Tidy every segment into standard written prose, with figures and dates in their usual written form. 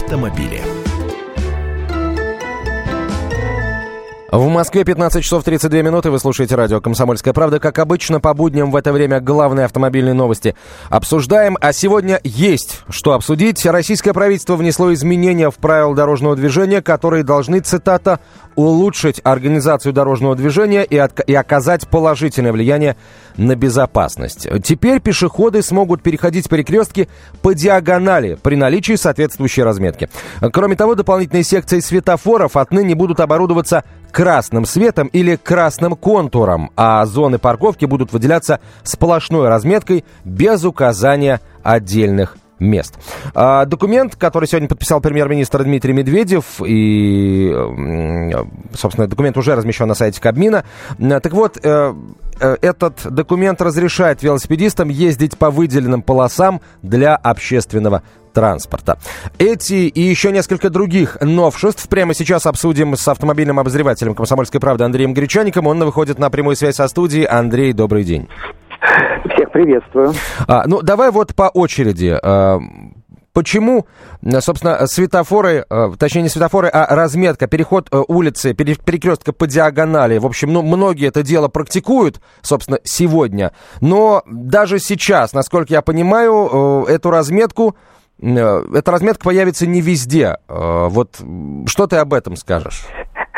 автомобиле. В Москве 15 часов 32 минуты. Вы слушаете радио «Комсомольская правда». Как обычно, по будням в это время главные автомобильные новости обсуждаем. А сегодня есть что обсудить. Российское правительство внесло изменения в правила дорожного движения, которые должны, цитата, улучшить организацию дорожного движения и оказать положительное влияние на безопасность. Теперь пешеходы смогут переходить перекрестки по диагонали при наличии соответствующей разметки. Кроме того, дополнительные секции светофоров отныне будут оборудоваться красным светом или красным контуром, а зоны парковки будут выделяться сплошной разметкой без указания отдельных мест. Документ, который сегодня подписал премьер-министр Дмитрий Медведев, и, собственно, документ уже размещен на сайте Кабмина. Так вот, этот документ разрешает велосипедистам ездить по выделенным полосам для общественного транспорта. Эти и еще несколько других новшеств прямо сейчас обсудим с автомобильным обозревателем «Комсомольской правды» Андреем Гречаником. Он выходит на прямую связь со студией. Андрей, добрый день. Всех приветствую. Давай вот по очереди. Почему, собственно, светофоры, точнее не светофоры, а разметка, переход улицы, перекрестка по диагонали, в общем, многие это дело практикуют, собственно, сегодня, но даже сейчас, насколько я понимаю, эта разметка появится не везде. Вот что ты об этом скажешь?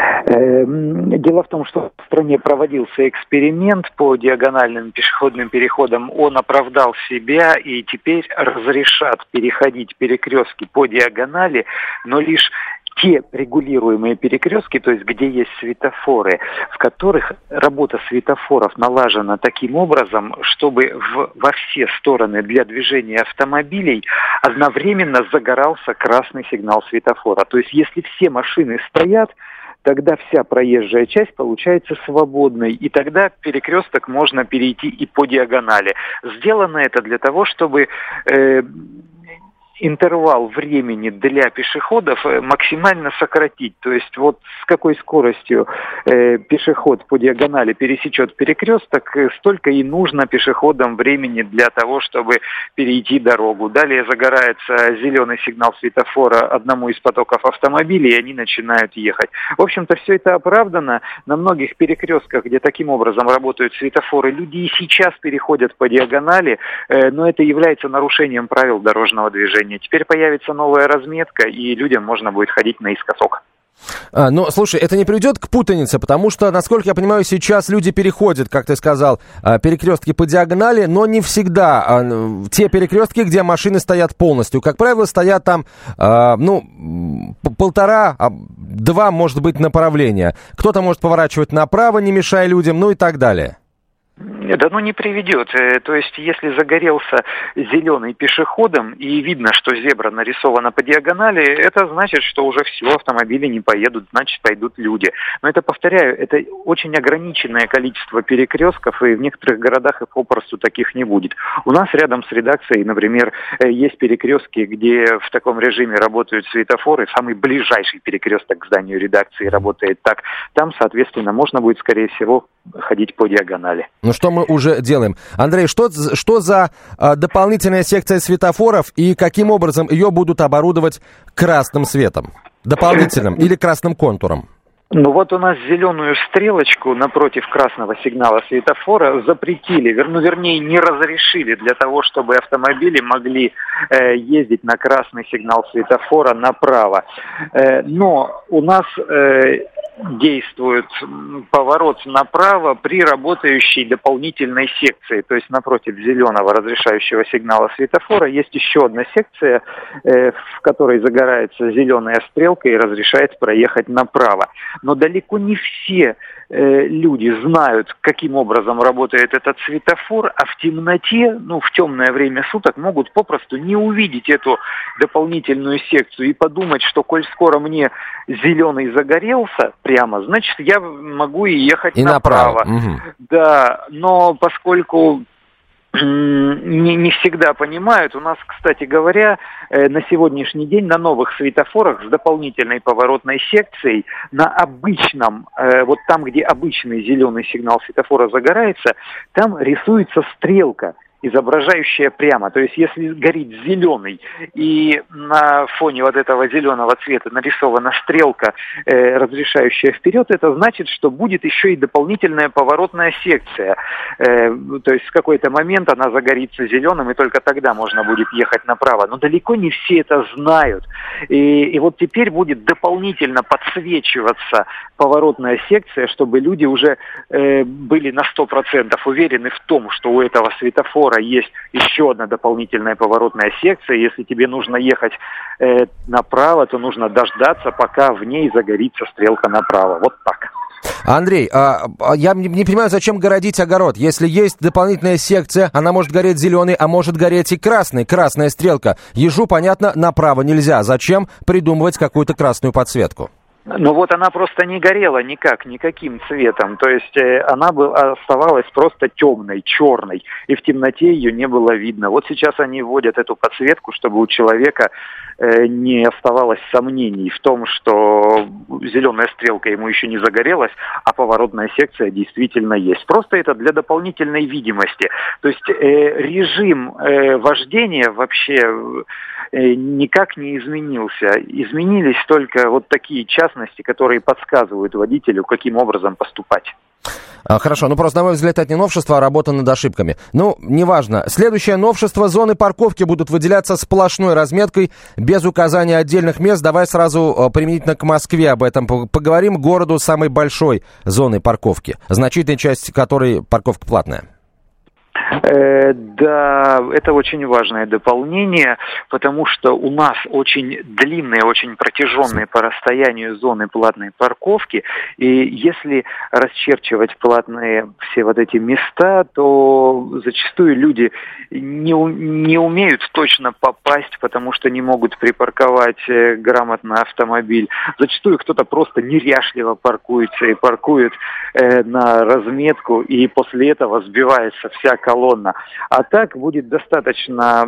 Дело в том, что в стране проводился эксперимент по диагональным пешеходным переходам. Он оправдал себя, и теперь разрешат переходить перекрестки по диагонали, но лишь те регулируемые перекрестки, то есть где есть светофоры, в которых работа светофоров налажена таким образом, чтобы во все стороны для движения автомобилей одновременно загорался красный сигнал светофора. То есть если все машины стоят, тогда вся проезжая часть получается свободной, и тогда перекресток можно перейти и по диагонали. Сделано это для того, чтобы интервал времени для пешеходов максимально сократить. То есть вот с какой скоростью пешеход по диагонали пересечет перекресток, столько и нужно пешеходам времени для того, чтобы перейти дорогу. Далее загорается зеленый сигнал светофора одному из потоков автомобилей, и они начинают ехать. В общем-то, все это оправдано. На многих перекрестках, где таким образом работают светофоры, люди и сейчас переходят по диагонали, но это является нарушением правил дорожного движения. Теперь появится новая разметка, и людям можно будет ходить наискосок. Но, слушай, это не приведет к путанице, потому что, насколько я понимаю, сейчас люди переходят, как ты сказал, перекрестки по диагонали, но не всегда те перекрестки, где машины стоят полностью. Как правило, стоят там, 1,5-2, может быть, направления. Кто-то может поворачивать направо, не мешая людям, ну и так далее. Да, не приведет. То есть, если загорелся зеленый пешеходом и видно, что зебра нарисована по диагонали, это значит, что уже все, автомобили не поедут, значит, пойдут люди. Но это, повторяю, это очень ограниченное количество перекрестков, и в некоторых городах их попросту таких не будет. У нас рядом с редакцией, например, есть перекрестки, где в таком режиме работают светофоры. Самый ближайший перекресток к зданию редакции работает так. Там, соответственно, можно будет, скорее всего, ходить по диагонали. Ну что мы уже делаем? Андрей, что за дополнительная секция светофоров и каким образом ее будут оборудовать красным светом? Дополнительным или красным контуром? Ну вот у нас зеленую стрелочку напротив красного сигнала светофора запретили, вернее не разрешили для того, чтобы автомобили могли ездить на красный сигнал светофора направо. Но у нас действует поворот направо при работающей дополнительной секции, то есть напротив зеленого разрешающего сигнала светофора есть еще одна секция, в которой загорается зеленая стрелка и разрешает проехать направо. Но далеко не все люди знают, каким образом работает этот светофор, а в темноте, в темное время суток могут попросту не увидеть эту дополнительную секцию и подумать, что коль скоро мне зеленый загорелся прямо, значит, я могу и ехать и направо. Угу. Да, но поскольку не всегда понимают. У нас, кстати говоря, на сегодняшний день на новых светофорах с дополнительной поворотной секцией на обычном, вот там, где обычный зеленый сигнал светофора загорается, там рисуется стрелка. изображающая прямо. То есть если горит зеленый и на фоне вот этого зеленого цвета нарисована стрелка, разрешающая вперед, это значит, что будет еще и дополнительная поворотная секция. То есть в какой-то момент она загорится зеленым, и только тогда можно будет ехать направо. Но далеко не все это знают. И вот теперь будет дополнительно подсвечиваться поворотная секция, чтобы люди уже были на 100% уверены в том, что у этого светофора есть еще одна дополнительная поворотная секция. Если тебе нужно ехать направо, то нужно дождаться, пока в ней загорится стрелка направо. Вот так. Андрей, я не понимаю, зачем городить огород. Если есть дополнительная секция, она может гореть зеленый, а может гореть и красный. Красная стрелка. Ежу, понятно, направо нельзя. Зачем придумывать какую-то красную подсветку? Ну вот она просто не горела никаким цветом. То есть она оставалась просто темной, черной. И в темноте ее не было видно. Вот сейчас они вводят эту подсветку, чтобы у человека не оставалось сомнений в том, что зеленая стрелка ему еще не загорелась, а поворотная секция действительно есть. Просто это для дополнительной видимости. То есть режим вождения вообще никак не изменился. Изменились только вот такие частности, которые подсказывают водителю, каким образом поступать. Хорошо, просто, на мой взгляд, это не новшество, а работа над ошибками. Неважно. Следующее новшество: зоны парковки будут выделяться сплошной разметкой, без указания отдельных мест. Давай сразу применительно к Москве об этом поговорим. Городу самой большой зоны парковки, значительная часть которой парковка платная. Да, это очень важное дополнение, потому что у нас очень длинные, очень протяженные по расстоянию зоны платной парковки, и если расчерчивать платные все вот эти места, то зачастую люди не умеют точно попасть, потому что не могут припарковать грамотно автомобиль. Зачастую кто-то просто неряшливо паркуется и паркует на разметку, и после этого сбивается вся колонна. А так будет достаточно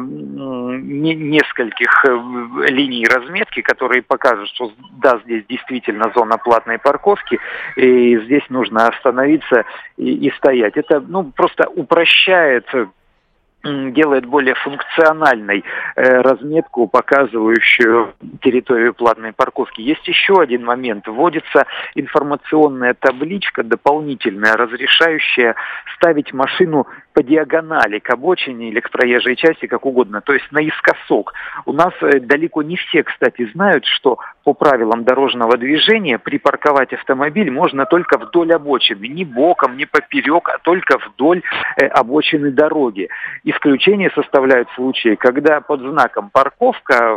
нескольких линий разметки, которые покажут, что да, здесь действительно зона платной парковки, и здесь нужно остановиться и стоять. Это просто упрощает, делает более функциональной разметку, показывающую территорию платной парковки. Есть еще один момент. Вводится информационная табличка дополнительная, разрешающая ставить машину по диагонали к обочине или к проезжей части, как угодно, то есть наискосок. У нас далеко не все, кстати, знают, что по правилам дорожного движения припарковать автомобиль можно только вдоль обочины, не боком, не поперек, а только вдоль обочины дороги. Исключение составляют случаи, когда под знаком «парковка»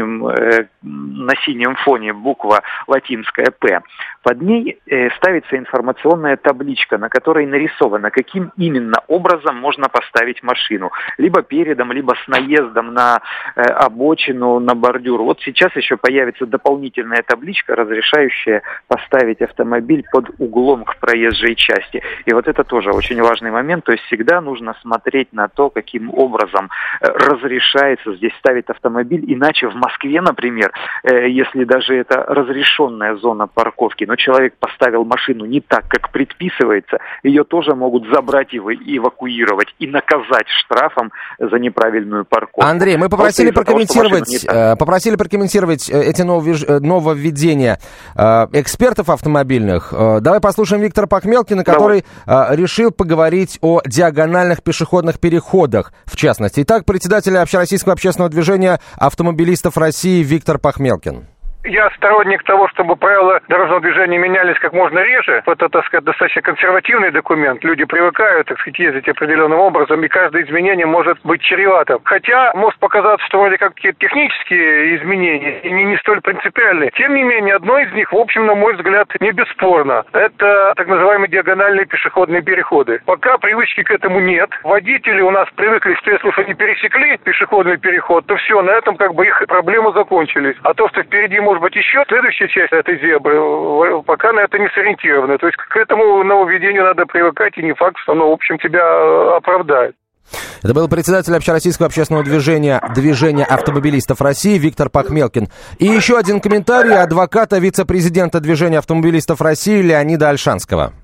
на синем фоне буква латинская «П», под ней ставится информационная табличка, на которой нарисовано, каким именно образом можно поставить машину. Либо передом, либо с наездом на обочину, на бордюр. Вот сейчас еще появится дополнительная табличка, разрешающая поставить автомобиль под углом к проезжей части. И вот это тоже очень важный момент. То есть всегда нужно смотреть на то, каким образом разрешается здесь ставить автомобиль. Иначе в Москве, например, если даже это разрешенная зона парковки, но человек поставил машину не так, как предписывается, ее тоже могут забрать и эвакуировать и наказать штрафом за неправильную парковку. Андрей, мы попросили прокомментировать эти нововведения экспертов автомобильных. Давай послушаем Виктора Пахмелкина, который решил поговорить о диагональных пешеходных переходах, в частности. Итак, председатель Общероссийского общественного движения автомобилистов России Виктор Пахмелкин. Я сторонник того, чтобы правила дорожного движения менялись как можно реже. Это, так сказать, достаточно консервативный документ. Люди привыкают, так сказать, ездить определенным образом, и каждое изменение может быть чреватым. Хотя может показаться, что вроде как какие-то технические изменения, и не столь принципиальные. Тем не менее, одно из них, в общем, на мой взгляд, не бесспорно. Это так называемые диагональные пешеходные переходы. Пока привычки к этому нет. Водители у нас привыкли, что если они пересекли пешеходный переход, то все, на этом как бы их проблемы закончились. А то, что впереди может быть еще следующая часть этой зебры, пока на это не сориентированы. То есть к этому нововведению надо привыкать, и не факт, что оно, в общем, тебя оправдает. Это был председатель Общероссийского общественного движения автомобилистов России Виктор Пахмелкин. И еще один комментарий адвоката, вице-президента движения автомобилистов России Леонида Ольшанского.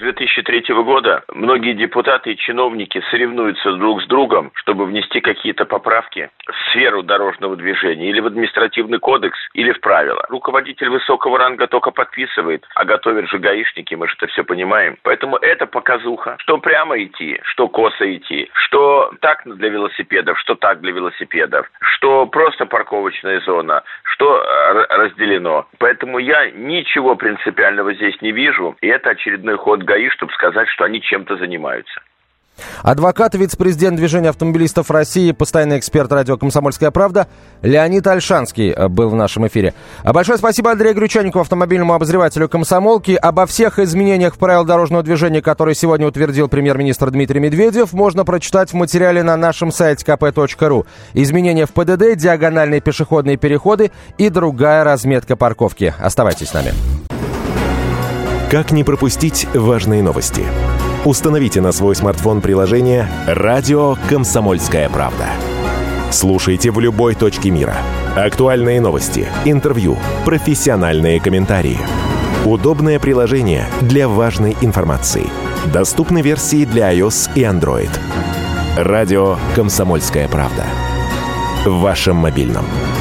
2003 года многие депутаты и чиновники соревнуются друг с другом, чтобы внести какие-то поправки в сферу дорожного движения или в административный кодекс, или в правила. Руководитель высокого ранга только подписывает, а готовят же гаишники, мы же это все понимаем. Поэтому это показуха. Что прямо идти, что косо идти, что так для велосипедов, что так для велосипедов, что просто парковочная зона, что разделено. Поэтому я ничего принципиального здесь не вижу, и это очередной ход ГАИ, чтобы сказать, что они чем-то занимаются. Адвокат, вице-президент Движения автомобилистов России, постоянный эксперт радио «Комсомольская правда» Леонид Ольшанский был в нашем эфире. Большое спасибо Андрею Гречанику, автомобильному обозревателю «Комсомолки». Обо всех изменениях в правилах дорожного движения, которые сегодня утвердил премьер-министр Дмитрий Медведев, можно прочитать в материале на нашем сайте kp.ru. Изменения в ПДД, диагональные пешеходные переходы и другая разметка парковки. Оставайтесь с нами. Как не пропустить важные новости? Установите на свой смартфон приложение «Радио Комсомольская правда». Слушайте в любой точке мира. Актуальные новости, интервью, профессиональные комментарии. Удобное приложение для важной информации. Доступны версии для iOS и Android. «Радио Комсомольская правда». В вашем мобильном.